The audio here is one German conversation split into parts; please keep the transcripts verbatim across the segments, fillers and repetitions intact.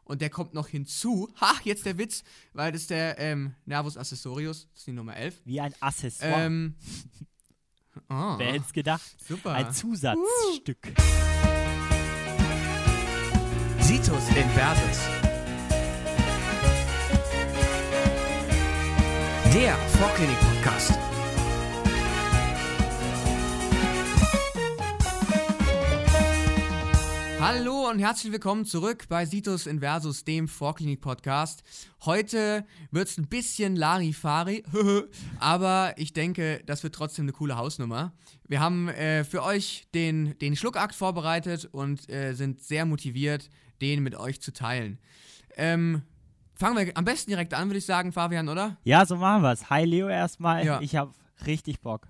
Und der kommt noch hinzu. Ha, jetzt der Witz, weil das ist der ähm, Nervus accessorius, das ist die Nummer elf. Wie ein Accessoire. Ähm, oh, Wer hätte es gedacht? super. Ein Zusatzstück. Uh. Situs Inversus. Der Vorklinik-Podcast. Hallo und herzlich willkommen zurück bei Situs Inversus, dem Vorklinik-Podcast. Heute wird es ein bisschen Larifari, aber ich denke, das wird trotzdem eine coole Hausnummer. Wir haben äh, für euch den, den Schluckakt vorbereitet und äh, sind sehr motiviert, den mit euch zu teilen. Ähm, fangen wir am besten direkt an, würde ich sagen, Fabian, oder? Ja, so machen wir es. Hi Leo erstmal, ja. Ich habe richtig Bock.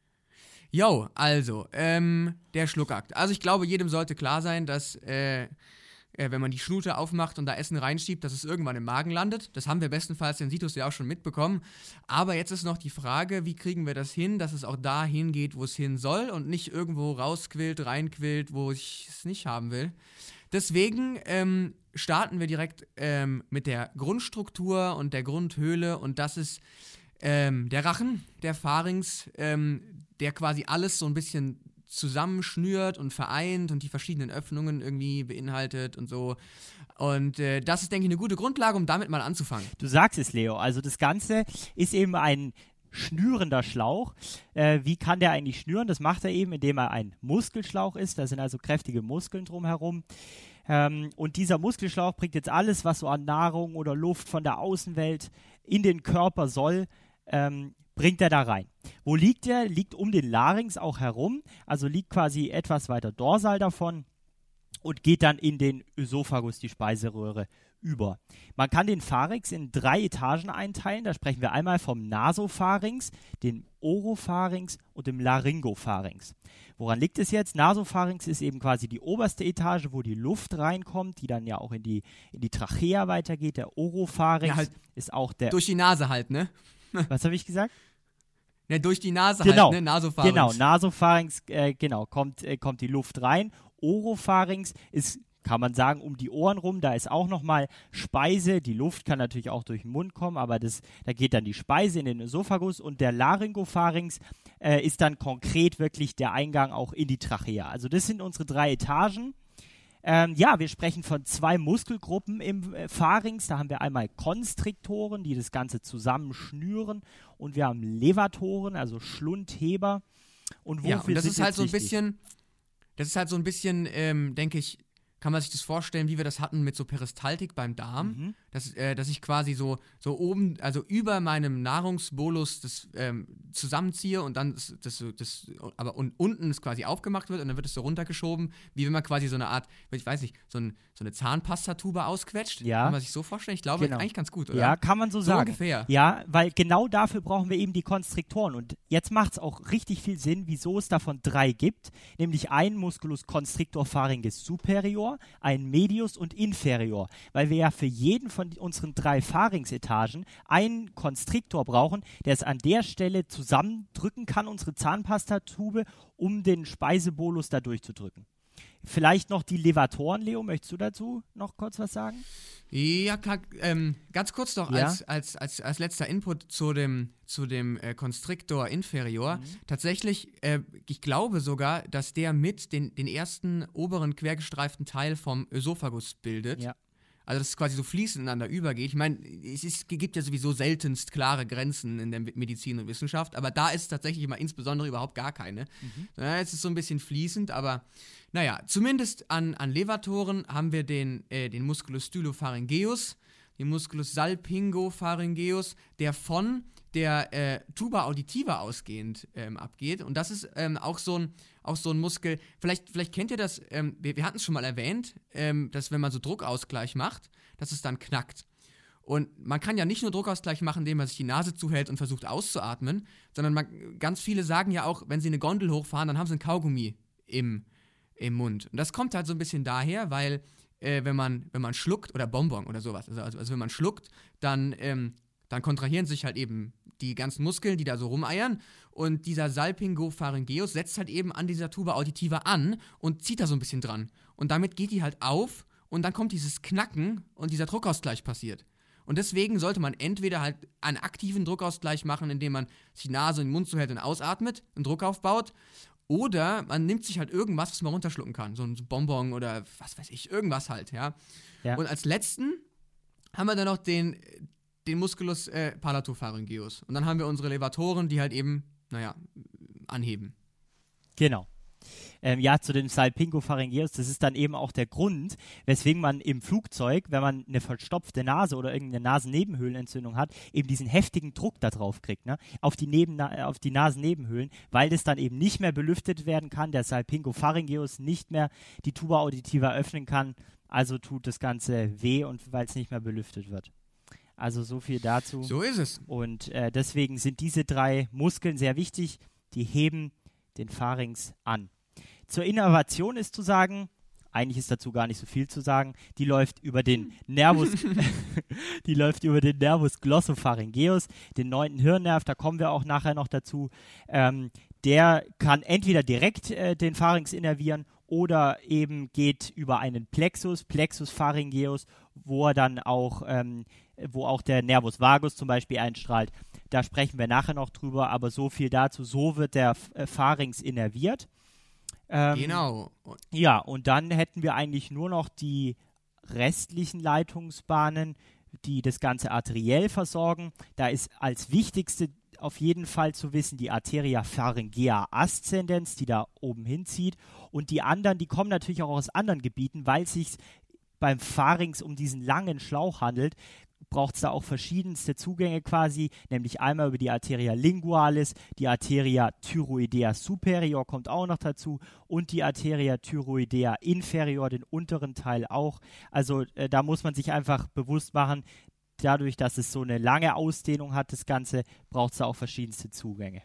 Jo, also, ähm, der Schluckakt. Also ich glaube, jedem sollte klar sein, dass, äh, äh, wenn man die Schnute aufmacht und da Essen reinschiebt, dass es irgendwann im Magen landet. Das haben wir bestenfalls in Situs ja auch schon mitbekommen. Aber jetzt ist noch die Frage, wie kriegen wir das hin, dass es auch da hingeht, wo es hin soll und nicht irgendwo rausquillt, reinquillt, wo ich es nicht haben will. Deswegen ähm, starten wir direkt ähm, mit der Grundstruktur und der Grundhöhle und das ist ähm, der Rachen, der Pharynx, ähm, der quasi alles so ein bisschen zusammenschnürt und vereint und die verschiedenen Öffnungen irgendwie beinhaltet und so. Und äh, das ist, denke ich, eine gute Grundlage, um damit mal anzufangen. Du sagst es, Leo. Also das Ganze ist eben ein schnürender Schlauch. Äh, wie kann der eigentlich schnüren? Das macht er eben, indem er ein Muskelschlauch ist. Da sind also kräftige Muskeln drumherum. Ähm, und dieser Muskelschlauch bringt jetzt alles, was so an Nahrung oder Luft von der Außenwelt in den Körper soll, ähm, bringt er da rein. Wo liegt er? Liegt um den Larynx auch herum, also liegt quasi etwas weiter dorsal davon und geht dann in den Ösophagus, die Speiseröhre, über. Man kann den Pharynx in drei Etagen einteilen, da sprechen wir einmal vom Nasopharynx, dem Oropharynx und dem Laryngopharynx. Woran liegt es jetzt? Nasopharynx ist eben quasi die oberste Etage, wo die Luft reinkommt, die dann ja auch in die, in die Trachea weitergeht. Der Oropharynx ja, halt ist auch der... Durch die Nase halt, ne? Was habe ich gesagt? Ja, durch die Nase genau, halt, ne? Nasopharynx. Genau, Nasopharynx, äh, genau, kommt, äh, kommt die Luft rein. Oropharynx ist, kann man sagen, um die Ohren rum, da ist auch nochmal Speise. Die Luft kann natürlich auch durch den Mund kommen, aber das, da geht dann die Speise in den Ösophagus und der Laryngopharynx äh, ist dann konkret wirklich der Eingang auch in die Trachea. Also das sind unsere drei Etagen. Ähm, ja, wir sprechen von zwei Muskelgruppen im äh, Pharynx. Da haben wir einmal Konstriktoren, die das Ganze zusammenschnüren und wir haben Levatoren, also Schlundheber. Und wofür ja, und das sind ist halt so ein wichtig? bisschen, das ist halt so ein bisschen, ähm, denke ich, kann man sich das vorstellen, wie wir das hatten mit so Peristaltik beim Darm, Mhm. dass, äh, dass ich quasi so, so oben, also über meinem Nahrungsbolus das ähm, zusammenziehe und dann das, das, das, aber und unten es quasi aufgemacht wird und dann wird es so runtergeschoben, wie wenn man quasi so eine Art, ich weiß nicht, so, ein, so eine Zahnpastatube ausquetscht. Ja. Kann man sich so vorstellen? Ich glaube, Genau. eigentlich ganz gut, oder? Ja, kann man so, so sagen. ungefähr. Ja, weil genau dafür brauchen wir eben die Konstriktoren. Und jetzt macht es auch richtig viel Sinn, wieso es davon drei gibt. Nämlich einen Musculus constrictor pharyngeus superior, einen medius und inferior. Weil wir ja für jeden von unseren drei Pharynx-Etagen einen Konstriktor brauchen, der es an der Stelle zusammendrücken kann, unsere Zahnpastatube, um den Speisebolus da durchzudrücken. Vielleicht noch die Levatoren, Leo, möchtest du dazu noch kurz was sagen? Ja, klar, ähm, ganz kurz noch Ja? als, als, als, als letzter Input zu dem, zu dem äh, Constrictor inferior. Mhm. Tatsächlich, äh, ich glaube sogar, dass der mit den, den ersten oberen quergestreiften Teil vom Ösophagus bildet. Ja. Also dass es quasi so fließend ineinander übergeht. Ich meine, es ist, gibt ja sowieso seltenst klare Grenzen in der Medizin und Wissenschaft, aber da ist tatsächlich immer insbesondere überhaupt gar keine. Mhm. Ja, es ist so ein bisschen fließend, aber naja, zumindest an, an Levatoren haben wir den, äh, den Musculus stylopharyngeus, den Musculus salpingopharyngeus, der von der äh, Tuba auditiva ausgehend ähm, abgeht. Und das ist ähm, auch, so ein, auch so ein Muskel, vielleicht, vielleicht kennt ihr das, ähm, wir, wir hatten es schon mal erwähnt, ähm, dass wenn man so Druckausgleich macht, dass es dann knackt. Und man kann ja nicht nur Druckausgleich machen, indem man sich die Nase zuhält und versucht auszuatmen, sondern man, ganz viele sagen ja auch, wenn sie eine Gondel hochfahren, dann haben sie ein Kaugummi im, im Mund. Und das kommt halt so ein bisschen daher, weil äh, wenn, man, wenn man schluckt, oder Bonbon oder sowas, also, also, also wenn man schluckt, dann, ähm, dann kontrahieren sich halt eben die ganzen Muskeln, die da so rumeiern. Und dieser Salpingopharyngeus setzt halt eben an dieser Tuba auditiva an und zieht da so ein bisschen dran. Und damit geht die halt auf und dann kommt dieses Knacken und dieser Druckausgleich passiert. Und deswegen sollte man entweder halt einen aktiven Druckausgleich machen, indem man sich die Nase und den Mund zuhält und ausatmet, einen Druck aufbaut, oder man nimmt sich halt irgendwas, was man runterschlucken kann, so ein Bonbon oder was weiß ich, irgendwas halt, ja. Ja. Und als letzten haben wir dann noch den, den Musculus äh, palatopharyngeus. Und dann haben wir unsere Levatoren, die halt eben, naja, anheben. Genau. Ähm, ja, zu dem Salpingopharyngeus, das ist dann eben auch der Grund, weswegen man im Flugzeug, wenn man eine verstopfte Nase oder irgendeine Nasennebenhöhlenentzündung hat, eben diesen heftigen Druck da drauf kriegt, ne? auf die, Neben- auf die Nasennebenhöhlen, weil das dann eben nicht mehr belüftet werden kann, der Salpingopharyngeus nicht mehr die Tuba auditiva öffnen kann, also tut das Ganze weh und weil es nicht mehr belüftet wird. Also so viel dazu. So ist es. Und äh, deswegen sind diese drei Muskeln sehr wichtig, die heben den Pharynx an. Zur Innervation ist zu sagen, eigentlich ist dazu gar nicht so viel zu sagen, die läuft über den Nervus, die läuft über den Nervus glossopharyngeus, den neunten Hirnnerv, da kommen wir auch nachher noch dazu. Ähm, der kann entweder direkt äh, den Pharynx innervieren oder eben geht über einen Plexus, Plexus pharyngeus, wo er dann auch, ähm, wo auch der Nervus vagus zum Beispiel einstrahlt. Da sprechen wir nachher noch drüber, aber so viel dazu. So wird der äh, Pharynx innerviert. Ähm, Genau. Ja, und dann hätten wir eigentlich nur noch die restlichen Leitungsbahnen, die das Ganze arteriell versorgen. Da ist als wichtigste auf jeden Fall zu wissen die Arteria pharyngea ascendens, die da oben hinzieht. Und die anderen, die kommen natürlich auch aus anderen Gebieten, weil es sich beim Pharynx um diesen langen Schlauch handelt, braucht es da auch verschiedenste Zugänge quasi, nämlich einmal über die Arteria lingualis, die Arteria thyroidea superior kommt auch noch dazu und die Arteria thyroidea inferior, den unteren Teil auch. Also äh, da muss man sich einfach bewusst machen, dadurch, dass es so eine lange Ausdehnung hat, das Ganze, braucht es da auch verschiedenste Zugänge.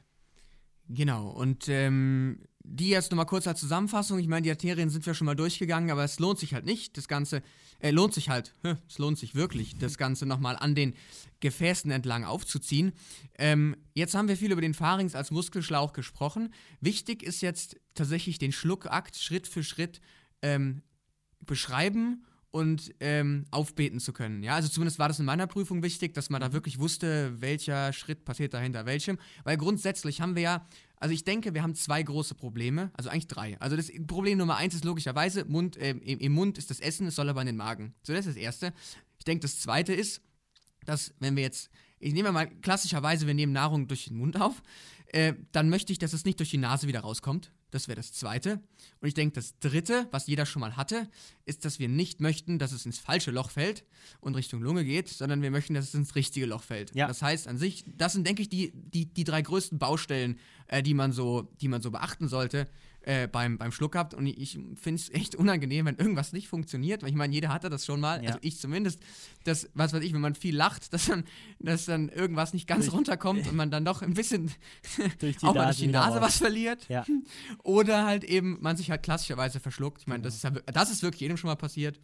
Genau, und ähm, die jetzt nochmal kurz als Zusammenfassung. Ich meine, die Arterien sind wir schon mal durchgegangen, aber es lohnt sich halt nicht, das Ganze, äh, lohnt sich halt, es lohnt sich wirklich, das Ganze nochmal an den Gefäßen entlang aufzuziehen. Ähm, jetzt haben wir viel über den Pharynx als Muskelschlauch gesprochen. Wichtig ist jetzt tatsächlich den Schluckakt Schritt für Schritt ähm, beschreiben und ähm, aufbeten zu können. Ja, also zumindest war das in meiner Prüfung wichtig, dass man da wirklich wusste, welcher Schritt passiert dahinter welchem, weil grundsätzlich haben wir ja, also ich denke, wir haben zwei große Probleme, also eigentlich drei. Also das Problem Nummer eins ist logischerweise, Mund, äh, im, im Mund ist das Essen, es soll aber in den Magen. So, das ist das Erste. Ich denke, das Zweite ist, dass wenn wir jetzt, ich nehme mal klassischerweise, wir nehmen Nahrung durch den Mund auf, äh, dann möchte ich, dass es nicht durch die Nase wieder rauskommt. Das wäre das Zweite. Und ich denke, das Dritte, was jeder schon mal hatte, ist, dass wir nicht möchten, dass es ins falsche Loch fällt und Richtung Lunge geht, sondern wir möchten, dass es ins richtige Loch fällt. Ja. Das heißt an sich, das sind, denke ich, die, die, die drei größten Baustellen, äh, die man so, die man so beachten sollte äh, beim, beim Schluckhaft. Und ich finde es echt unangenehm, wenn irgendwas nicht funktioniert. Weil ich meine, jeder hatte das schon mal, Ja. also ich zumindest, dass, was weiß ich, wenn man viel lacht, dass dann, dass dann irgendwas nicht ganz Durch- runterkommt und man dann doch ein bisschen Durch die auch mal Nase durch die wieder Nase raus. was verliert. Ja. Oder halt eben, man sich halt klassischerweise verschluckt. Ich meine, das, ist ja, wir- das ist wirklich jedem schon mal passiert.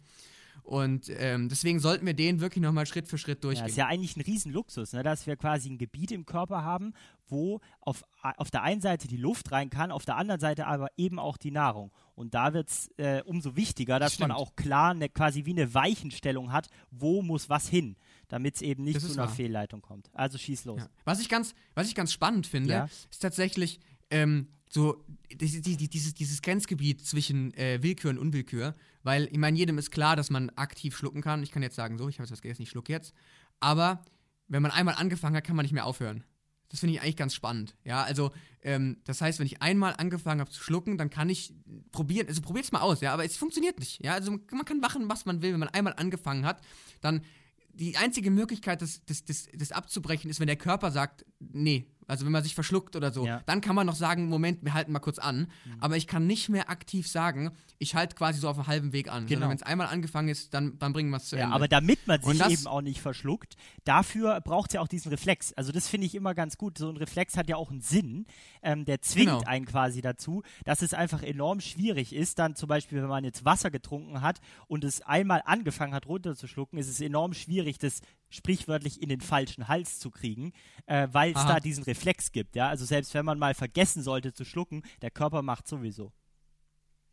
Und ähm, deswegen sollten wir den wirklich nochmal Schritt für Schritt Ja, durchgehen. ist ja eigentlich ein Riesenluxus, ne, dass wir quasi ein Gebiet im Körper haben, wo auf, auf der einen Seite die Luft rein kann, auf der anderen Seite aber eben auch die Nahrung. Und da wird es äh, umso wichtiger, dass man Stimmt. auch klar eine, quasi wie eine Weichenstellung hat, wo muss was hin, damit es eben nicht Das zu ist einer wahr. Fehlleitung kommt. Also schieß los. Ja. Was, ich ganz, was ich ganz spannend finde, Ja. ist tatsächlich ähm, so die, die, die, dieses, dieses Grenzgebiet zwischen äh, Willkür und Unwillkür. Weil, ich meine, jedem ist klar, dass man aktiv schlucken kann. Ich kann jetzt sagen, so, ich habe jetzt was gegessen, ich schlucke jetzt. Aber wenn man einmal angefangen hat, kann man nicht mehr aufhören. Das finde ich eigentlich ganz spannend. Ja, also, ähm, das heißt, wenn ich einmal angefangen habe zu schlucken, dann kann ich probieren, also probiert es mal aus, ja, aber es funktioniert nicht. Ja, also man kann machen, was man will. Wenn man einmal angefangen hat, dann die einzige Möglichkeit, das, das, das, das abzubrechen, ist, wenn der Körper sagt, nee, also wenn man sich verschluckt oder so, Ja. dann kann man noch sagen, Moment, wir halten mal kurz an. Aber ich kann nicht mehr aktiv sagen, ich halte quasi so auf einem halben Weg an. Genau. Sondern wenn es einmal angefangen ist, dann, dann bringen wir es zu Ja, Ende. aber damit man Und sich das- eben auch nicht verschluckt, dafür braucht es ja auch diesen Reflex. Also das finde ich immer ganz gut. So ein Reflex hat ja auch einen Sinn. Ähm, der zwingt Genau. einen quasi dazu, dass es einfach enorm schwierig ist, dann zum Beispiel, wenn man jetzt Wasser getrunken hat und es einmal angefangen hat runterzuschlucken, ist es enorm schwierig, das sprichwörtlich in den falschen Hals zu kriegen, äh, weil es Aha. da diesen Reflex gibt. Ja? Also selbst wenn man mal vergessen sollte zu schlucken, der Körper macht sowieso.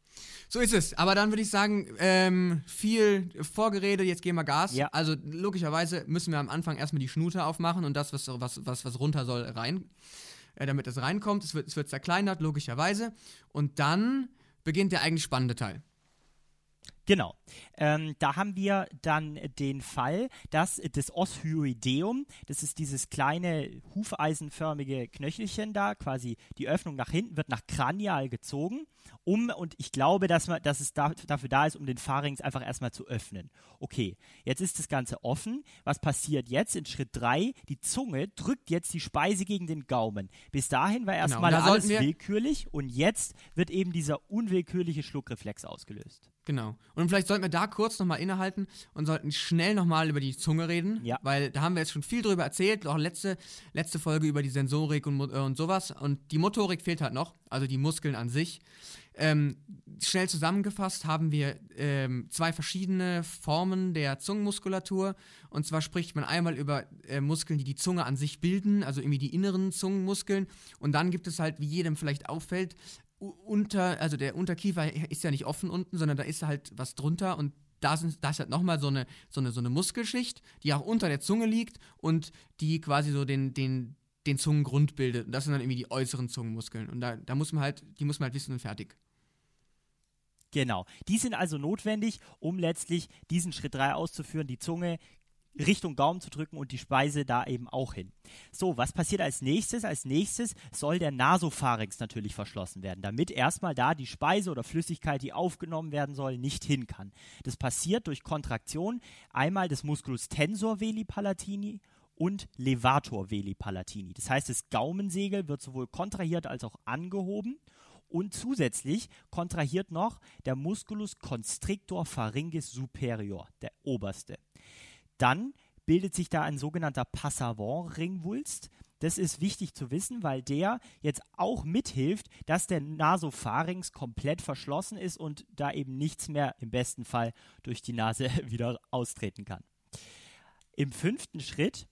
So ist es. Aber dann würde ich sagen, ähm, viel Vorgerede, jetzt geben wir Gas. Ja. Also logischerweise müssen wir am Anfang erstmal die Schnute aufmachen und das, was, was, was, was runter soll, rein, äh, damit es reinkommt. Es wird, es wird zerkleinert, logischerweise. Und dann beginnt der eigentlich spannende Teil. Genau. Ähm, da haben wir dann den Fall, dass das Oshyoideum, das ist dieses kleine hufeisenförmige Knöchelchen da, quasi die Öffnung nach hinten, wird nach Kranial gezogen, um, und ich glaube, dass, man, dass es da, dafür da ist, um den Pharynx einfach erstmal zu öffnen. Okay, jetzt ist das Ganze offen. Was passiert jetzt in Schritt drei? Die Zunge drückt jetzt die Speise gegen den Gaumen. Bis dahin war erstmal Genau, da alles sollten wir- willkürlich und jetzt wird eben dieser unwillkürliche Schluckreflex ausgelöst. Genau. Und vielleicht sollten wir da kurz nochmal innehalten und sollten schnell nochmal über die Zunge reden, Ja. weil da haben wir jetzt schon viel drüber erzählt, auch letzte, letzte Folge über die Sensorik und, Mo- äh, und sowas. Und die Motorik fehlt halt noch, also die Muskeln an sich. Ähm, schnell zusammengefasst haben wir ähm, zwei verschiedene Formen der Zungenmuskulatur. Und zwar spricht man einmal über äh, Muskeln, die die Zunge an sich bilden, also irgendwie die inneren Zungenmuskeln. Und dann gibt es halt, wie jedem vielleicht auffällt, u- unter, also der Unterkiefer ist ja nicht offen unten, sondern da ist halt was drunter und da, sind, da ist halt nochmal so eine, so, eine, so eine Muskelschicht, die auch unter der Zunge liegt und die quasi so den, den, den Zungengrund bildet. Und das sind dann irgendwie die äußeren Zungenmuskeln. Und da, da muss man halt, die muss man halt wissen und fertig. Genau. Die sind also notwendig, um letztlich diesen Schritt drei auszuführen, die Zunge Richtung Gaumen zu drücken und die Speise da eben auch hin. So, was passiert als nächstes? Als nächstes soll der Nasopharynx natürlich verschlossen werden, damit erstmal da die Speise oder Flüssigkeit, die aufgenommen werden soll, nicht hin kann. Das passiert durch Kontraktion einmal des Musculus tensor veli palatini und Levator veli palatini. Das heißt, das Gaumensegel wird sowohl kontrahiert als auch angehoben. Und zusätzlich kontrahiert noch der Musculus constrictor pharyngis superior, der oberste. Dann bildet sich da ein sogenannter Passavant-Ringwulst. Das ist wichtig zu wissen, weil der jetzt auch mithilft, dass der Nasopharynx komplett verschlossen ist und da eben nichts mehr im besten Fall durch die Nase wieder austreten kann. Im fünften Schritt,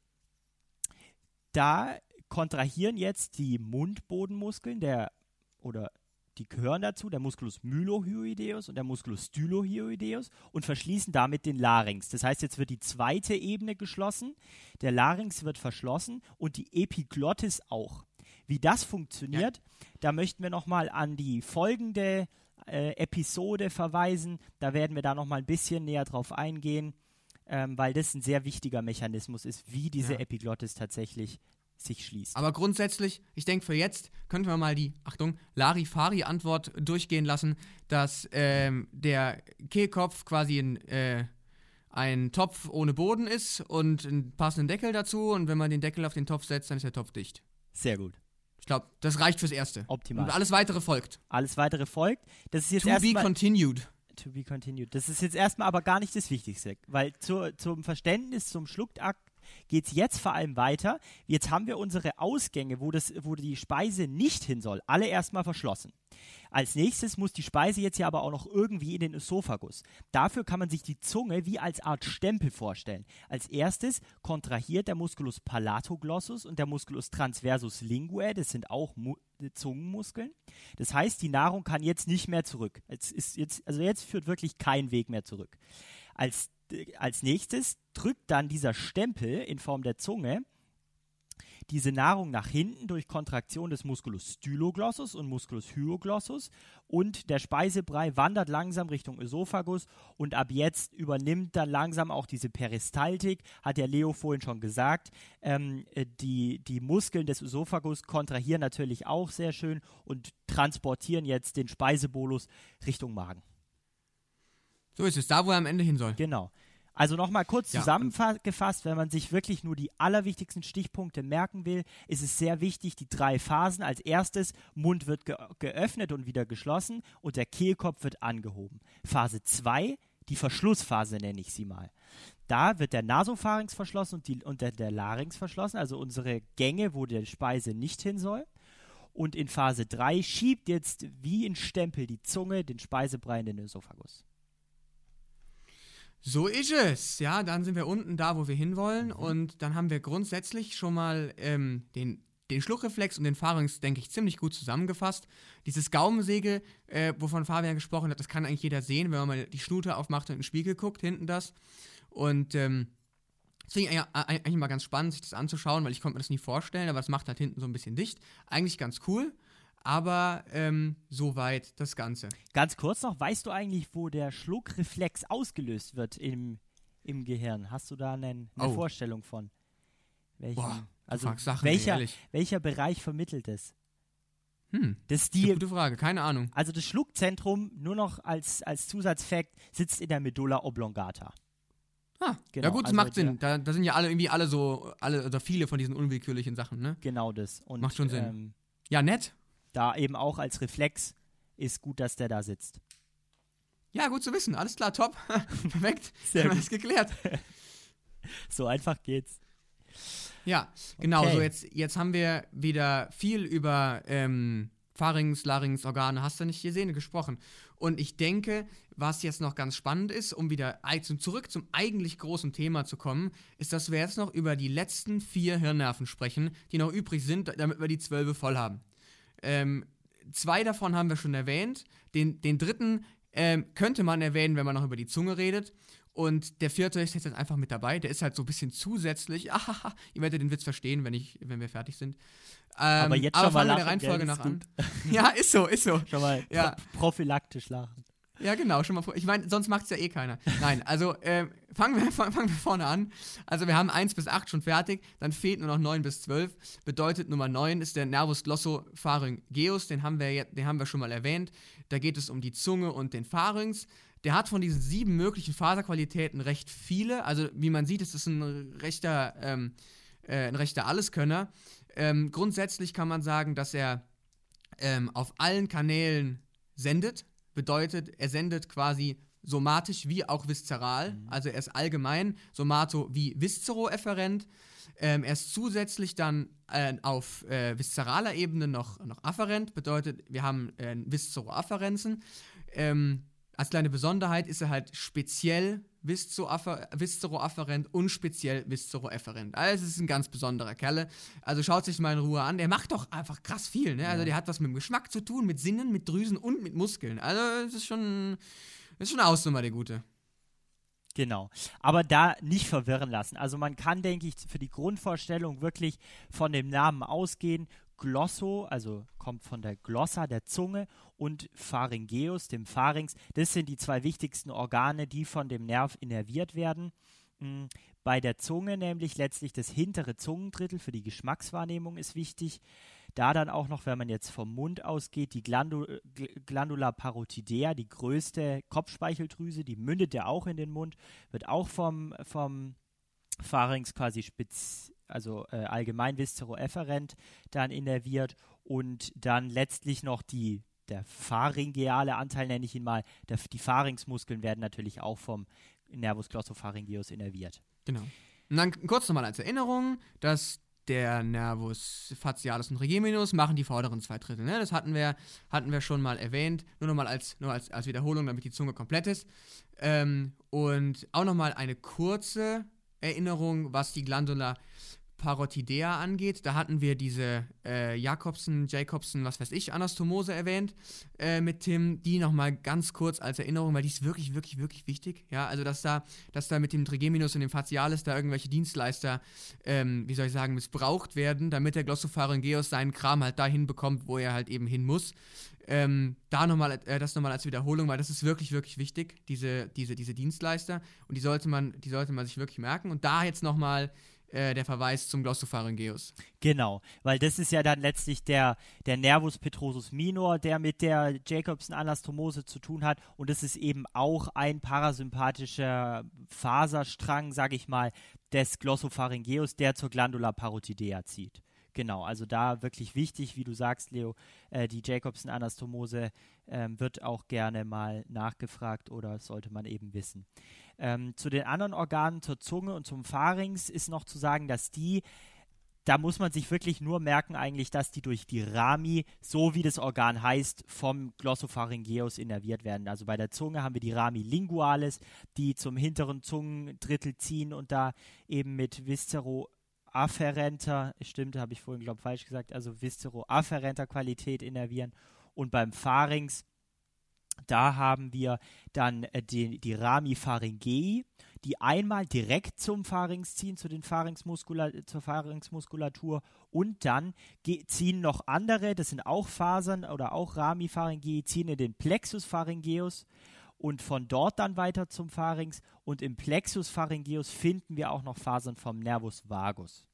da kontrahieren jetzt die Mundbodenmuskeln der oder die gehören dazu, der Musculus mylohyoideus und der Musculus stylohyoideus und verschließen damit den Larynx. Das heißt, jetzt wird die zweite Ebene geschlossen, der Larynx wird verschlossen und die Epiglottis auch. Wie das funktioniert, ja. Da möchten wir nochmal an die folgende äh, Episode verweisen. Da werden wir da nochmal ein bisschen näher drauf eingehen, ähm, weil das ein sehr wichtiger Mechanismus ist, wie diese ja. Epiglottis tatsächlich sich schließt. Aber grundsätzlich, ich denke für jetzt, könnten wir mal die, Achtung, Larifari-Antwort durchgehen lassen, dass ähm, der Kehlkopf quasi ein, äh, ein Topf ohne Boden ist und einen passenden Deckel dazu und wenn man den Deckel auf den Topf setzt, dann ist der Topf dicht. Sehr gut. Ich glaube, das reicht fürs Erste. Optimal. Und alles Weitere folgt. Alles Weitere folgt. Das ist jetzt To erstmal be continued. To be continued. Das ist jetzt erstmal aber gar nicht das Wichtigste, weil zu, zum Verständnis, zum Schluckakt geht es jetzt vor allem weiter. Jetzt haben wir unsere Ausgänge, wo, das, wo die Speise nicht hin soll, alle erstmal verschlossen. Als nächstes muss die Speise jetzt ja aber auch noch irgendwie in den Ösophagus. Dafür kann man sich die Zunge wie als Art Stempel vorstellen. Als erstes kontrahiert der Musculus palatoglossus und der Musculus transversus linguae, das sind auch Mu- Zungenmuskeln. Das heißt, die Nahrung kann jetzt nicht mehr zurück. Es ist jetzt, also jetzt führt wirklich kein Weg mehr zurück. Als Als nächstes drückt dann dieser Stempel in Form der Zunge diese Nahrung nach hinten durch Kontraktion des Musculus styloglossus und Musculus hyoglossus und der Speisebrei wandert langsam Richtung Ösophagus und ab jetzt übernimmt dann langsam auch diese Peristaltik, hat der Leo vorhin schon gesagt. Ähm, die, die Muskeln des Ösophagus kontrahieren natürlich auch sehr schön und transportieren jetzt den Speisebolus Richtung Magen. So ist es, da wo er am Ende hin soll. Genau. Also nochmal kurz Ja, zusammengefasst, wenn man sich wirklich nur die allerwichtigsten Stichpunkte merken will, ist es sehr wichtig, die drei Phasen. Als erstes, Mund wird ge- geöffnet und wieder geschlossen und der Kehlkopf wird angehoben. Phase zwei, die Verschlussphase nenne ich sie mal. Da wird der Nasopharynx verschlossen und, die, und der, der Larynx verschlossen, also unsere Gänge, wo die Speise nicht hin soll. Und in Phase drei schiebt jetzt wie ein Stempel die Zunge den Speisebrei in den Ösophagus. So ist es. Ja, dann sind wir unten da, wo wir hinwollen. Mhm. Und dann haben wir grundsätzlich schon mal ähm, den den Schluckreflex und den Pharynx, denke ich, ziemlich gut zusammengefasst. Dieses Gaumensegel, äh, wovon Fabian gesprochen hat, das kann eigentlich jeder sehen, wenn man mal die Schnute aufmacht und in den Spiegel guckt, hinten das. Und ähm, das finde ich eigentlich, eigentlich mal ganz spannend, sich das anzuschauen, weil ich konnte mir das nie vorstellen, aber es macht halt hinten so ein bisschen dicht. Eigentlich ganz cool, aber ähm, soweit das Ganze. Ganz kurz noch, weißt du eigentlich, wo der Schluckreflex ausgelöst wird im, im Gehirn? Hast du da eine, eine Oh. Vorstellung von? Welchen, Boah, du also fragst Sachen, welcher, ehrlich. welcher Bereich vermittelt es? Hm, Das ist das ist eine die, gute Frage, keine Ahnung. also das Schluckzentrum, nur noch als, als Zusatzfakt, sitzt in der Medulla oblongata. Ah, Genau, ja gut, das also macht der- Sinn. Da, da sind ja alle irgendwie alle so, alle oder viele von diesen unwillkürlichen Sachen, ne? Genau das. Und, Macht schon Sinn. Ähm, Ja, nett. da eben auch als Reflex ist gut, dass der da sitzt. Ja, gut zu wissen. Alles klar, top. Perfekt. Sehr Haben wir gut. das geklärt. So einfach geht's. Ja, genau. Okay. So jetzt, jetzt haben wir wieder viel über ähm, Pharynx, Larynx, Organe, hast du nicht gesehen, gesprochen. Und ich denke, was jetzt noch ganz spannend ist, um wieder ei- zum, zurück zum eigentlich großen Thema zu kommen, ist, dass wir jetzt noch über die letzten vier Hirnnerven sprechen, die noch übrig sind, damit wir die zwölfe voll haben. Ähm, zwei davon haben wir schon erwähnt. Den, den dritten ähm, könnte man erwähnen, wenn man noch über die Zunge redet. Und der vierte ist jetzt einfach mit dabei. Der ist halt so ein bisschen zusätzlich. Ahaha, ihr werdet den Witz verstehen, wenn, ich, wenn wir fertig sind. Ähm, Aber jetzt aber schon mal fangen wir der lachen, Reihenfolge gell, nach ist an. Ja, ist so, ist so. Schon mal Ja. pro prophylaktisch lachen. Ja, genau, schon mal vor. Ich meine, sonst macht es ja eh keiner. Nein, also ähm, fangen, wir, fang- fangen wir vorne an. Also wir haben eins bis acht schon fertig, dann fehlt nur noch neun bis zwölf. Bedeutet Nummer neun ist der Nervus glossopharyngeus, den haben wir jetzt, den haben wir schon mal erwähnt. Da geht es um die Zunge und den Pharynx. Der hat von diesen sieben möglichen Faserqualitäten recht viele. Also wie man sieht, ist es ein rechter, ähm, äh, ein rechter Alleskönner. Ähm, grundsätzlich kann man sagen, dass er ähm, auf allen Kanälen sendet. Bedeutet, er sendet quasi somatisch wie auch viszeral. Mhm. Also er ist allgemein somato- wie viszeroefferent. Ähm, er ist zusätzlich dann äh, auf äh, viszeraler Ebene noch, noch afferent. Bedeutet, wir haben äh, Viszeroafferenzen. Ähm, als kleine Besonderheit ist er halt speziell viszeroaffer- viszeroafferent und speziell viszeroefferent. Also es ist ein ganz besonderer Kerle. Also schaut sich mal in Ruhe an. Der macht doch einfach krass viel, ne? Also Ja. der hat was mit dem Geschmack zu tun, mit Sinnen, mit Drüsen und mit Muskeln. Also es ist schon, es ist schon eine Hausnummer, der Gute. Genau. Aber da nicht verwirren lassen. Also man kann, denke ich, für die Grundvorstellung wirklich von dem Namen ausgehen. Glosso, also kommt von der Glossa, der Zunge, und Pharyngeus, dem Pharynx. Das sind die zwei wichtigsten Organe, die von dem Nerv innerviert werden. Mm, Bei der Zunge nämlich letztlich das hintere Zungendrittel für die Geschmackswahrnehmung ist wichtig. Da dann auch noch, wenn man jetzt vom Mund ausgeht, die Glandu Gl- Glandula parotidea, die größte Kopfspeicheldrüse, die mündet ja auch in den Mund, wird auch vom, vom Pharynx quasi spitz, also äh, allgemein viszeroefferent dann innerviert, und dann letztlich noch die, der pharyngeale Anteil, nenne ich ihn mal, der, die Pharynxmuskeln werden natürlich auch vom Nervus glossopharyngeus innerviert. Genau. Und dann kurz nochmal als Erinnerung, dass der Nervus facialis und trigeminus machen die vorderen zwei Drittel. Ne? Das hatten wir, hatten wir schon mal erwähnt. Nur nochmal als, nur als, als Wiederholung, damit die Zunge komplett ist. Ähm, und auch nochmal eine kurze Erinnerung, was die Glandula parotidea angeht. Da hatten wir diese äh, Jakobsen, Jacobsen, was weiß ich, Anastomose erwähnt äh, mit Tim. Die nochmal ganz kurz als Erinnerung, weil die ist wirklich, wirklich, wirklich wichtig. Ja, also dass da, dass da mit dem Trigeminus und dem Facialis da irgendwelche Dienstleister, ähm, wie soll ich sagen, missbraucht werden, damit der Glossopharyngeus seinen Kram halt dahin bekommt, wo er halt eben hin muss. Ähm, da nochmal, äh, das nochmal als Wiederholung, weil das ist wirklich, wirklich wichtig, diese, diese, diese Dienstleister. Und die sollte man, die sollte man sich wirklich merken. Und da jetzt nochmal äh, der Verweis zum Glossopharyngeus. Genau, weil das ist ja dann letztlich der, der Nervus petrosus minor, der mit der Jacobsen-Anastomose zu tun hat, und das ist eben auch ein parasympathischer Faserstrang, sage ich mal, des Glossopharyngeus, der zur Glandula parotidea zieht. Genau, also da wirklich wichtig, wie du sagst, Leo, äh, die Jacobsen-Anastomose ähm, wird auch gerne mal nachgefragt oder sollte man eben wissen. Ähm, zu den anderen Organen, zur Zunge und zum Pharynx ist noch zu sagen, dass die, da muss man sich wirklich nur merken eigentlich, dass die durch die Rami, so wie das Organ heißt, vom Glossopharyngeus innerviert werden. Also bei der Zunge haben wir die Rami lingualis, die zum hinteren Zungendrittel ziehen und da eben mit Viszero visceroafferenter, stimmt, habe ich vorhin, glaube ich, falsch gesagt, also visceroafferenter Qualität innervieren. Und beim Pharynx, da haben wir dann äh, die, die Rami-Pharyngei, die einmal direkt zum Pharynx ziehen, zu den Pharynxmuskula- zur Pharynxmuskulatur, und dann ge- ziehen noch andere, das sind auch Fasern oder auch Rami-Pharyngei, ziehen in den Plexus pharyngeus und von dort dann weiter zum Pharynx, und im Plexus pharyngeus finden wir auch noch Fasern vom Nervus vagus.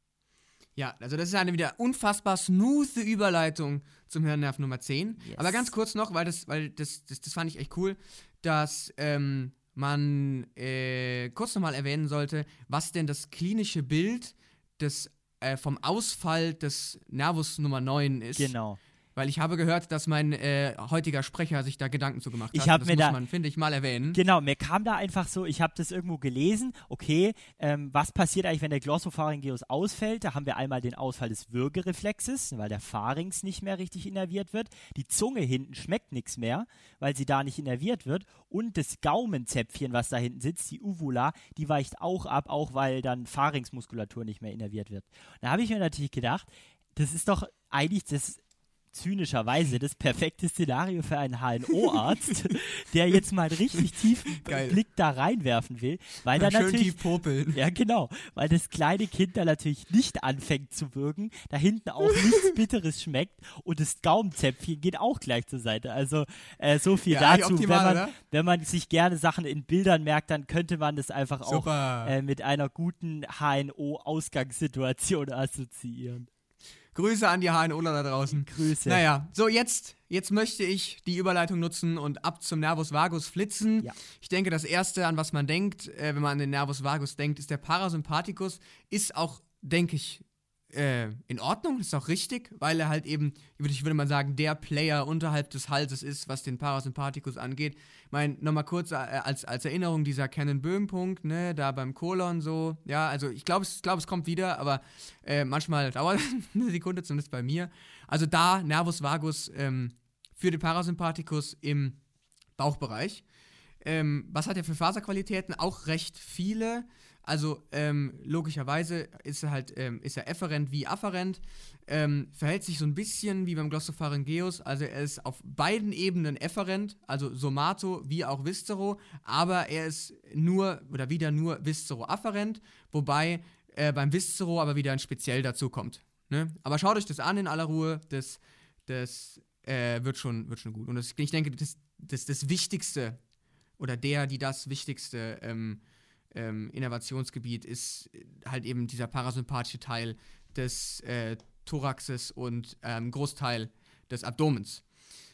Ja, also das ist eine wieder unfassbar smooth Überleitung zum Hirnnerv Nummer zehn. Yes. Aber ganz kurz noch, weil das, weil das, das, das fand ich echt cool, dass ähm, man äh, kurz nochmal erwähnen sollte, was denn das klinische Bild des, äh, vom Ausfall des Nervus Nummer neun ist. Genau. Weil ich habe gehört, dass mein äh, heutiger Sprecher sich da Gedanken zu gemacht hat. Ich hab das mir muss da, man, finde ich, mal erwähnen. Genau, mir kam da einfach so, ich habe das irgendwo gelesen, okay, ähm, was passiert eigentlich, wenn der Glossopharyngeus ausfällt? Da haben wir einmal den Ausfall des Würgereflexes, weil der Pharynx nicht mehr richtig innerviert wird. Die Zunge hinten schmeckt nichts mehr, weil sie da nicht innerviert wird. Und das Gaumenzäpfchen, was da hinten sitzt, die Uvula, die weicht auch ab, auch weil dann Pharynxmuskulatur nicht mehr innerviert wird. Da habe ich mir natürlich gedacht, das ist doch eigentlich das zynischerweise das perfekte Szenario für einen H N O-Arzt, der jetzt mal einen richtig tiefen Geil. Blick da reinwerfen will, weil Ja, da schön natürlich, tief popeln. ja genau, weil das kleine Kind da natürlich nicht anfängt zu würgen, da hinten auch nichts Bitteres schmeckt und das Gaumenzäpfchen geht auch gleich zur Seite. Also äh, so viel Ja, dazu. optimal, wenn, man, oder? wenn man sich gerne Sachen in Bildern merkt, dann könnte man das einfach Super. auch äh, mit einer guten H N O-Ausgangssituation assoziieren. Grüße an die HNOler da draußen. Grüße. Naja, so jetzt, jetzt möchte ich die Überleitung nutzen und ab zum Nervus vagus flitzen. Ja. Ich denke, das Erste, an was man denkt, äh, wenn man an den Nervus vagus denkt, ist der Parasympathikus. Ist auch, denke ich, äh, in Ordnung, ist auch richtig, weil er halt eben, ich würde mal sagen, der Player unterhalb des Halses ist, was den Parasympathikus angeht. Ich meine, nochmal kurz äh, als, als Erinnerung, dieser Cannon-Böhm-Punkt, ne, da beim Kolon so, ja, also ich glaube, es, glaub, es kommt wieder, aber äh, manchmal dauert eine Sekunde, zumindest bei mir. Also da, Nervus vagus ähm, für den Parasympathikus im Bauchbereich. Ähm, was hat er für Faserqualitäten? Auch recht viele. Also ähm, logischerweise ist er halt ähm, ist er efferent wie afferent, ähm, verhält sich so ein bisschen wie beim Glossopharyngeus, also er ist auf beiden Ebenen efferent, also somato wie auch viszero, aber er ist nur oder wieder nur viszero-afferent, wobei äh, beim Viszero aber wieder ein Speziell dazu kommt. Ne? Aber schaut euch das an in aller Ruhe, das, das äh, wird, schon, wird schon gut. Und das, ich denke, das, das, das Wichtigste oder der, die das Wichtigste ähm, Ähm, Innervationsgebiet ist halt eben dieser parasympathische Teil des äh, Thoraxes und ähm, Großteil des Abdomens.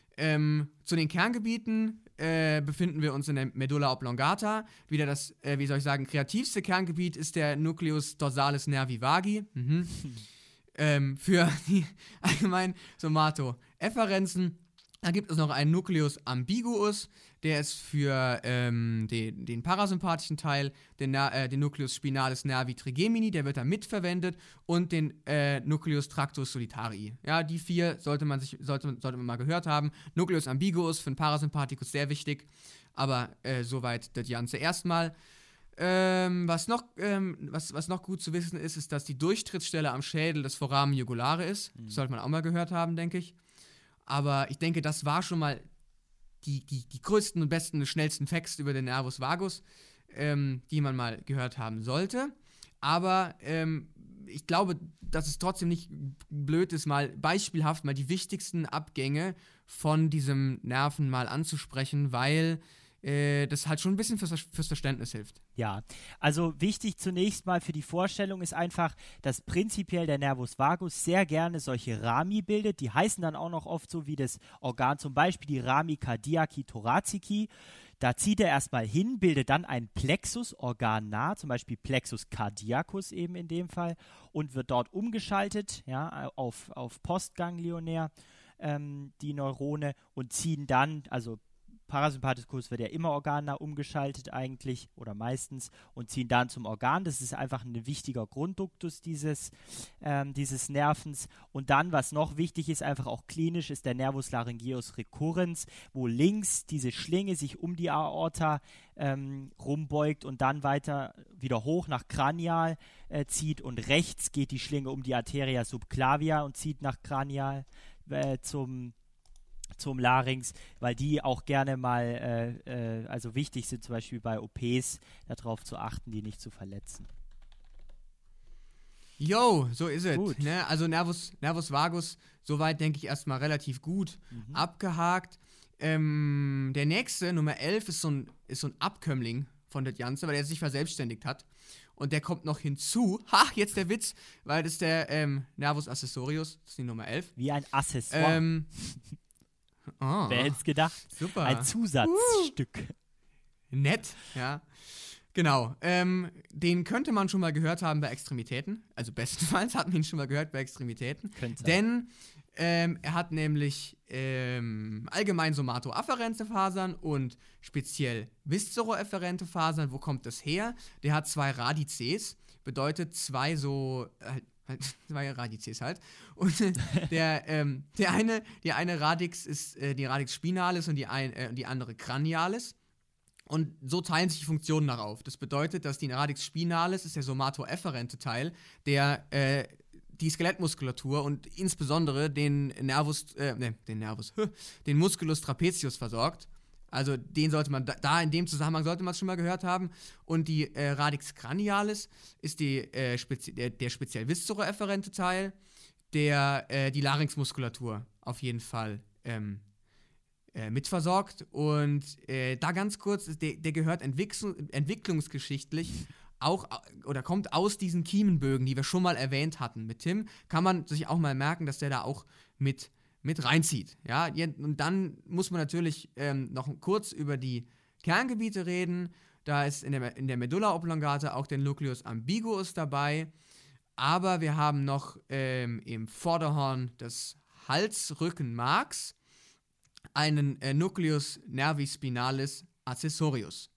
Ähm, zu den Kerngebieten äh, befinden wir uns in der Medulla oblongata. Wieder das, äh, wie soll ich sagen, kreativste Kerngebiet ist der Nucleus dorsalis nervi vagi. Mhm. ähm, für die allgemein Somato-Efferenzen. Da gibt es noch einen Nucleus ambiguus, der ist für ähm, den, den parasympathischen Teil, den, äh, den Nucleus spinalis nervi trigemini, der wird da mitverwendet, und den äh, Nucleus tractus solitarii. Ja, die vier sollte man sich sollte, sollte man mal gehört haben. Nucleus ambiguus für den Parasympathikus sehr wichtig, aber äh, soweit das Ganze erstmal. Ähm, was, noch, ähm, was, was noch gut zu wissen ist, ist, dass die Durchtrittsstelle am Schädel das Foramen jugulare ist. Mhm. Das sollte man auch mal gehört haben, denke ich. Aber ich denke, das war schon mal die, die, die größten und besten, schnellsten Facts über den Nervus vagus, ähm, die man mal gehört haben sollte. Aber ähm, ich glaube, dass es trotzdem nicht blöd ist, mal beispielhaft mal die wichtigsten Abgänge von diesem Nerven mal anzusprechen, weil äh, das halt schon ein bisschen fürs, fürs Verständnis hilft. Ja, also wichtig zunächst mal für die Vorstellung ist einfach, dass prinzipiell der Nervus vagus sehr gerne solche Rami bildet. Die heißen dann auch noch oft so wie das Organ, zum Beispiel die Rami cardiaci thoracici. Da zieht er erstmal hin, bildet dann ein Plexus organnah, zum Beispiel Plexus cardiacus eben in dem Fall, und wird dort umgeschaltet, ja, auf, auf postganglionär, ähm, die Neurone, und ziehen dann, also Parasympathikus wird ja immer organnah umgeschaltet eigentlich oder meistens und ziehen dann zum Organ. Das ist einfach ein wichtiger Grundduktus dieses, ähm, dieses Nervens. Und dann, was noch wichtig ist, einfach auch klinisch, ist der Nervus laryngeus recurrens, wo links diese Schlinge sich um die Aorta ähm, rumbeugt und dann weiter wieder hoch nach Kranial äh, zieht und rechts geht die Schlinge um die Arteria subclavia und zieht nach Kranial äh, zum zum Larynx, weil die auch gerne mal, äh, äh, also wichtig sind zum Beispiel bei O Ps, darauf zu achten, die nicht zu verletzen. Jo, so ist es. Ne? Also Nervus, Nervus vagus, soweit denke ich erstmal relativ gut mhm. abgehakt. Ähm, der nächste, Nummer elf, ist so ein, ist so ein Abkömmling von der Ganze, weil er sich verselbstständigt hat. Und der kommt noch hinzu, ha, jetzt der Witz, weil das ist der ähm, Nervus accessorius, das ist die Nummer elf. Wie ein Accessoire. Ähm, Oh, wer hätte es gedacht? Super. Ein Zusatzstück. Uh, nett, ja. Genau. Ähm, den könnte man schon mal gehört haben bei Extremitäten. Also bestenfalls hat man ihn schon mal gehört bei Extremitäten. Könnte. Denn ähm, er hat nämlich ähm, allgemein somatoafferente Fasern und speziell viszeroefferente Fasern. Wo kommt das her? Der hat zwei Radizes, bedeutet zwei so... Äh, Halt, zwei Radizes halt. Und der, ähm, der eine, die eine Radix ist äh, die Radix spinalis und die, ein, äh, die andere cranialis. Und so teilen sich die Funktionen darauf. Das bedeutet, dass die Radix spinalis ist der somatoefferente Teil, der äh, die Skelettmuskulatur und insbesondere den Nervus, äh, ne, den Nervus, den Musculus trapezius versorgt. Also den sollte man, da, da in dem Zusammenhang sollte man es schon mal gehört haben. Und die äh, Radix cranialis ist die, äh, spezi der, der speziell viszeroefferente Teil, der äh, die Larynxmuskulatur auf jeden Fall ähm, äh, mitversorgt. Und äh, da ganz kurz, der, der gehört entwicklungs entwicklungsgeschichtlich auch, oder kommt aus diesen Kiemenbögen, die wir schon mal erwähnt hatten mit Tim. Kann man sich auch mal merken, dass der da auch mit mit reinzieht, ja, und dann muss man natürlich ähm, noch kurz über die Kerngebiete reden. Da ist in der, in der Medulla oblongata auch der Nucleus ambiguus dabei, aber wir haben noch ähm, im Vorderhorn des Halsrückenmarks einen äh, Nucleus nervi spinalis accessorius.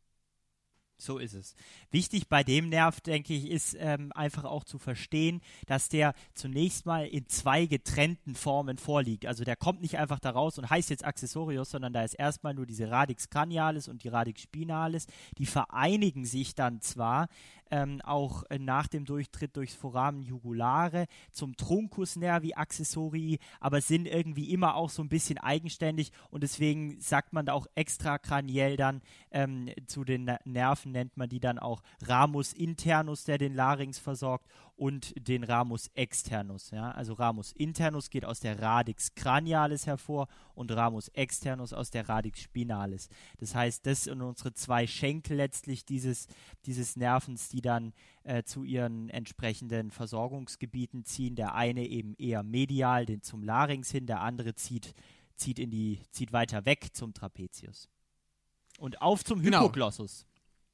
So ist es. Wichtig bei dem Nerv, denke ich, ist ähm, einfach auch zu verstehen, dass der zunächst mal in zwei getrennten Formen vorliegt. Also der kommt nicht einfach da raus und heißt jetzt Accessorius, sondern da ist erstmal nur diese Radix cranialis und die Radix spinalis. Die vereinigen sich dann zwar ähm, auch äh, nach dem Durchtritt durchs Foramen jugulare zum Truncus nervi accessorii, aber sind irgendwie immer auch so ein bisschen eigenständig und deswegen sagt man da auch extrakraniell dann ähm, zu den Nerven, nennt man die dann auch Ramus internus, der den Larynx versorgt, und den Ramus externus. Ja? Also Ramus internus geht aus der Radix cranialis hervor und Ramus externus aus der Radix spinalis. Das heißt, das sind unsere zwei Schenkel letztlich dieses, dieses Nervens, die dann äh, zu ihren entsprechenden Versorgungsgebieten ziehen. Der eine eben eher medial den zum Larynx hin, der andere zieht, zieht, in die, zieht weiter weg zum Trapezius. Und auf zum Genau. Hypoglossus.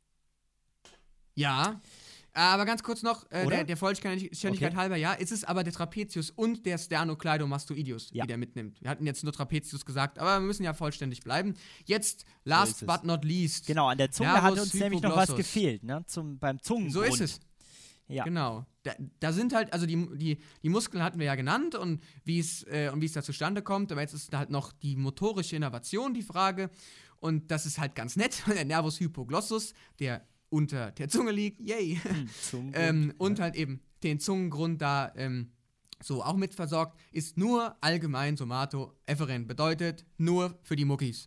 Ja, aber ganz kurz noch, äh, der, der Vollständigkeit okay. halber, ja, ist es aber der Trapezius und der Sternocleidomastoideus, ja. die der mitnimmt. Wir hatten jetzt nur Trapezius gesagt, aber wir müssen ja vollständig bleiben. Jetzt, last so but not least. Genau, an der Zunge Nervus hat uns nämlich noch was hypoglossus. gefehlt, ne? Zum, beim Zungengrund. So ist es. Ja. Genau. Da, da sind halt, also die, die, die Muskeln hatten wir ja genannt und wie es äh, und wie es da zustande kommt, aber jetzt ist da halt noch die motorische Innervation die Frage und das ist halt ganz nett, der Nervus hypoglossus, der unter der Zunge liegt, yay, Hm, ähm, und halt eben den Zungengrund da ähm, so auch mit versorgt, ist nur allgemein somatoefferent, bedeutet nur für die Muckis.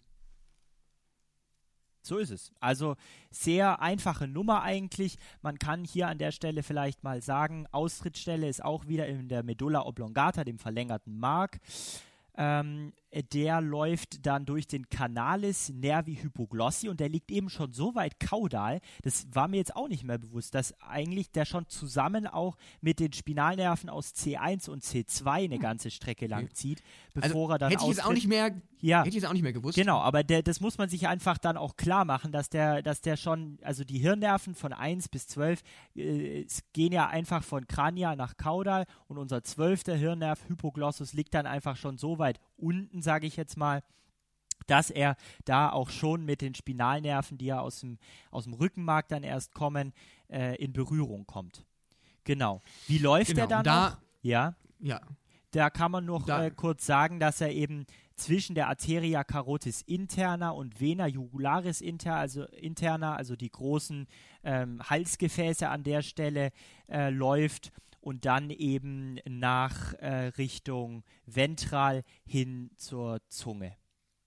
So ist es. Also sehr einfache Nummer eigentlich. Man kann hier an der Stelle vielleicht mal sagen, Austrittsstelle ist auch wieder in der Medulla oblongata, dem verlängerten Mark. Ähm, der läuft dann durch den Canalis nervi hypoglossi und der liegt eben schon so weit kaudal, das war mir jetzt auch nicht mehr bewusst, dass eigentlich der schon zusammen auch mit den Spinalnerven aus C eins und C zwei eine ganze Strecke lang zieht, bevor also, er dann hätte ich jetzt auch nicht mehr, ja. hätte ich jetzt auch nicht mehr gewusst. Genau, aber der, das muss man sich einfach dann auch klar machen, dass der, dass der schon, also die Hirnnerven von eins bis zwölf äh, gehen ja einfach von Kranial nach Kaudal und unser zwölfter Hirnnerv Hypoglossus liegt dann einfach schon so weit unten, sage ich jetzt mal, dass er da auch schon mit den Spinalnerven, die ja aus dem, aus dem Rückenmark dann erst kommen, äh, in Berührung kommt. Genau. Wie läuft Genau, er dann da, noch? Ja. Ja. Da kann man noch Da, äh, kurz sagen, dass er eben zwischen der Arteria carotis interna und Vena jugularis inter, also interna, also die großen ähm, Halsgefäße an der Stelle äh, läuft und dann eben nach äh, Richtung ventral hin zur Zunge.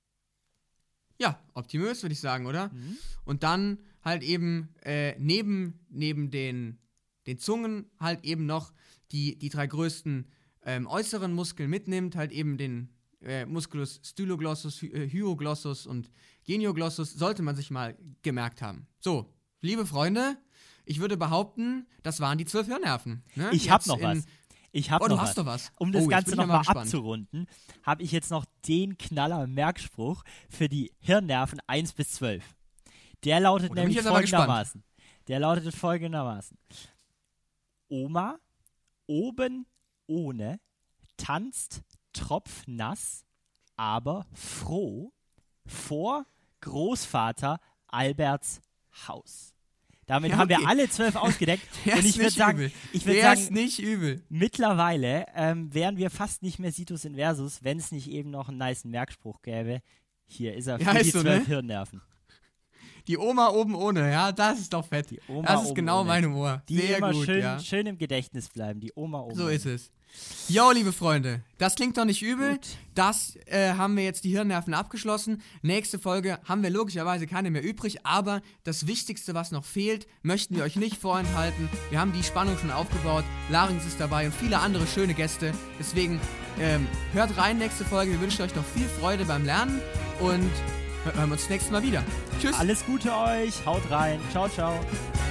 Ja, optimös, würde ich sagen, oder? Mhm. Und dann halt eben äh, neben, neben den, den Zungen halt eben noch die, die drei größten ähm, äußeren Muskeln mitnimmt, halt eben den äh, Musculus styloglossus, hy äh, hyoglossus und genioglossus, sollte man sich mal gemerkt haben. So, liebe Freunde, ich würde behaupten, das waren die zwölf Hirnnerven. Ne? Ich habe Jetzt noch in, was. Ich habe oh, noch du was. hast doch was. Um das oh, Ganze nochmal mal abzurunden, habe ich jetzt noch den Knaller-Merkspruch für die Hirnnerven eins bis zwölf. Der lautet oh, da bin ich nämlich jetzt aber gespannt. folgendermaßen. Der lautet folgendermaßen. Oma, oben ohne, tanzt tropfnass, aber froh vor Großvater Alberts Haus. Damit Ja, haben okay. wir alle zwölf ausgedeckt. Der und ist ich würde nicht sagen, übel. ich würd Der sagen, ist nicht übel. mittlerweile ähm, wären wir fast nicht mehr Situs Inversus, wenn es nicht eben noch einen nicen Merkspruch gäbe. Hier ist er für Ja, die ist so, zwölf ne? Hirnnerven. Die Oma oben ohne, ja, das ist doch fett. Die Oma das ist oben genau ohne. mein Humor. Die Sehr immer gut, schön, ja. schön im Gedächtnis bleiben. Die Oma oben. So ohne. ist es. Jo, liebe Freunde, das klingt doch nicht übel. Gut. Das äh, haben wir jetzt die Hirnnerven abgeschlossen. Nächste Folge haben wir logischerweise keine mehr übrig, aber das Wichtigste, was noch fehlt, möchten wir euch nicht vorenthalten. Wir haben die Spannung schon aufgebaut. Larynx ist dabei und viele andere schöne Gäste. Deswegen ähm, hört rein nächste Folge. Wir wünschen euch noch viel Freude beim Lernen und hören wir uns nächstes Mal wieder. Tschüss. Alles Gute euch. Haut rein. Ciao, ciao.